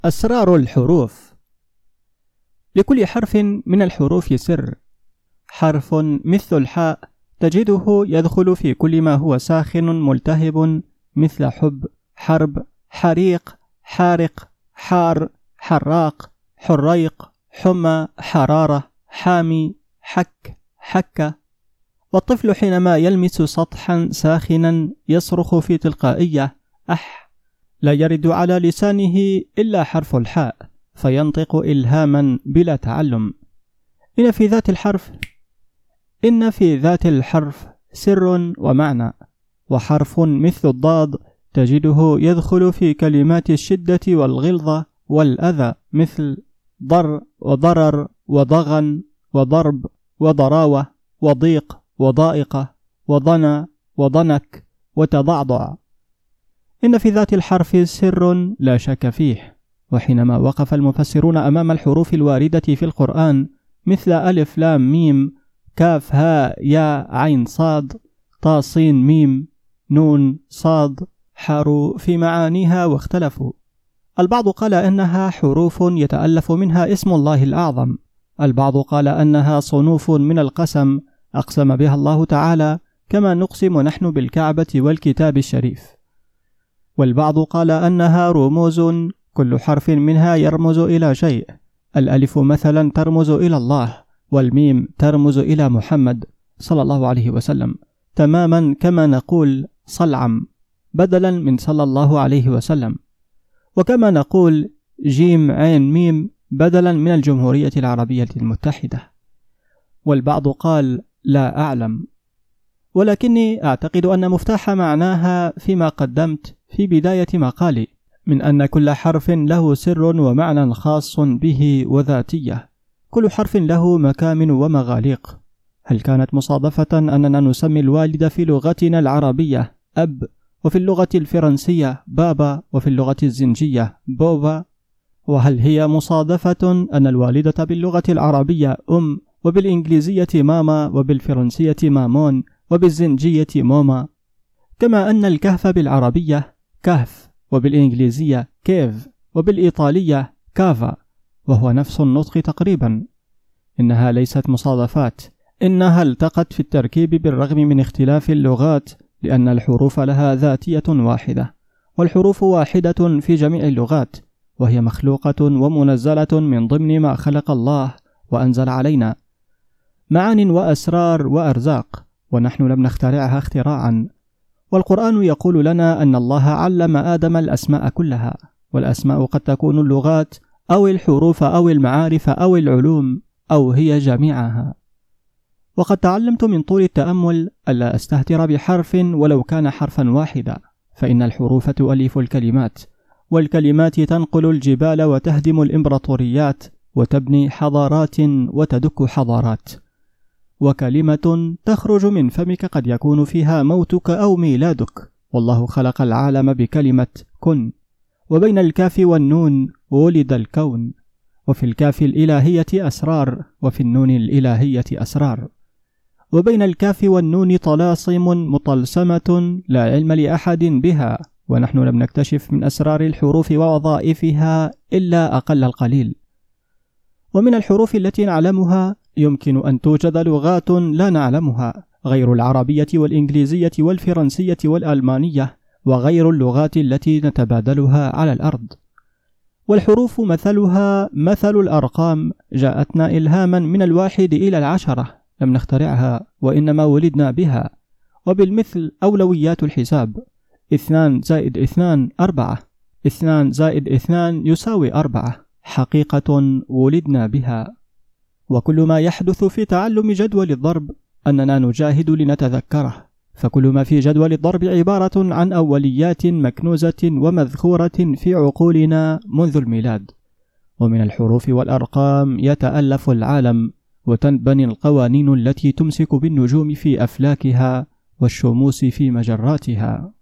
أسرار الحروف. لكل حرف من الحروف سر. حرف مثل الحاء تجده يدخل في كل ما هو ساخن ملتهب مثل حب، حرب، حريق، حارق، حار، حراق، حريق، حمى، حرارة، حامي، حك، حكة. والطفل حينما يلمس سطحا ساخنا يصرخ في تلقائية أح، لا يرد على لسانه إلا حرف الحاء فينطق إلهاما بلا تعلم. إن في ذات الحرف سر ومعنى. وحرف مثل الضاد تجده يدخل في كلمات الشدة والغلظة والأذى مثل ضر وضرر وضغن وضرب وضراوة وضيق وضائقة وضنى وضنك وتضعضع. إن في ذات الحرف سر لا شك فيه. وحينما وقف المفسرون أمام الحروف الواردة في القرآن مثل ألف لام ميم كاف هاء يا عين صاد طا صين ميم نون صاد حاروا في معانيها واختلفوا. البعض قال أنها حروف يتألف منها اسم الله الأعظم، البعض قال أنها صنوف من القسم أقسم بها الله تعالى كما نقسم نحن بالكعبة والكتاب الشريف، والبعض قال أنها رموز كل حرف منها يرمز إلى شيء. الألف مثلا ترمز إلى الله، والميم ترمز إلى محمد صلى الله عليه وسلم، تماما كما نقول صلعم بدلا من صلى الله عليه وسلم، وكما نقول جيم عين ميم بدلا من الجمهورية العربية المتحدة. والبعض قال لا أعلم، ولكني أعتقد أن مفتاح معناها فيما قدمت في بداية مقالي من أن كل حرف له سر ومعنى خاص به وذاتية. كل حرف له مكامن ومغاليق. هل كانت مصادفة أننا نسمي الوالد في لغتنا العربية أب، وفي اللغة الفرنسية بابا، وفي اللغة الزنجية بوبا؟ وهل هي مصادفة أن الوالدة باللغة العربية أم، وبالإنجليزية ماما، وبالفرنسية مامون، وبالزنجية موما؟ كما أن الكهف بالعربية كهف، وبالإنجليزية كيف، وبالإيطالية كافا، وهو نفس النطق تقريبا. إنها ليست مصادفات، إنها التقت في التركيب بالرغم من اختلاف اللغات، لأن الحروف لها ذاتية واحدة، والحروف واحدة في جميع اللغات، وهي مخلوقة ومنزلة من ضمن ما خلق الله وأنزل علينا معان وأسرار وأرزاق، ونحن لم نخترعها اختراعا. والقرآن يقول لنا أن الله علم آدم الأسماء كلها، والأسماء قد تكون اللغات أو الحروف أو المعارف أو العلوم أو هي جميعها. وقد تعلمت من طول التأمل ألا أستهتر بحرف ولو كان حرفا واحدا، فإن الحروف تؤلف الكلمات، والكلمات تنقل الجبال وتهدم الإمبراطوريات وتبني حضارات وتدك حضارات. وكلمة تخرج من فمك قد يكون فيها موتك أو ميلادك، والله خلق العالم بكلمة كن. وبين الكاف والنون ولد الكون، وفي الكاف الإلهية أسرار، وفي النون الإلهية أسرار. وبين الكاف والنون طلاسم مطلسمة لا علم لأحد بها، ونحن لم نكتشف من أسرار الحروف ووظائفها إلا أقل القليل. ومن الحروف التي نعلمها يمكن أن توجد لغات لا نعلمها غير العربية والإنجليزية والفرنسية والألمانية، وغير اللغات التي نتبادلها على الأرض. والحروف مثلها مثل الأرقام، جاءتنا إلهاما من 1 إلى 10، لم نخترعها وإنما ولدنا بها. وبالمثل أولويات الحساب، 2 زائد 2 4، 2 زائد 2 يساوي 4، حقيقة ولدنا بها. وكل ما يحدث في تعلم جدول الضرب أننا نجاهد لنتذكره، فكل ما في جدول الضرب عبارة عن أوليات مكنوزة ومذخورة في عقولنا منذ الميلاد. ومن الحروف والأرقام يتألف العالم، وتنبني القوانين التي تمسك بالنجوم في أفلاكها والشموس في مجراتها.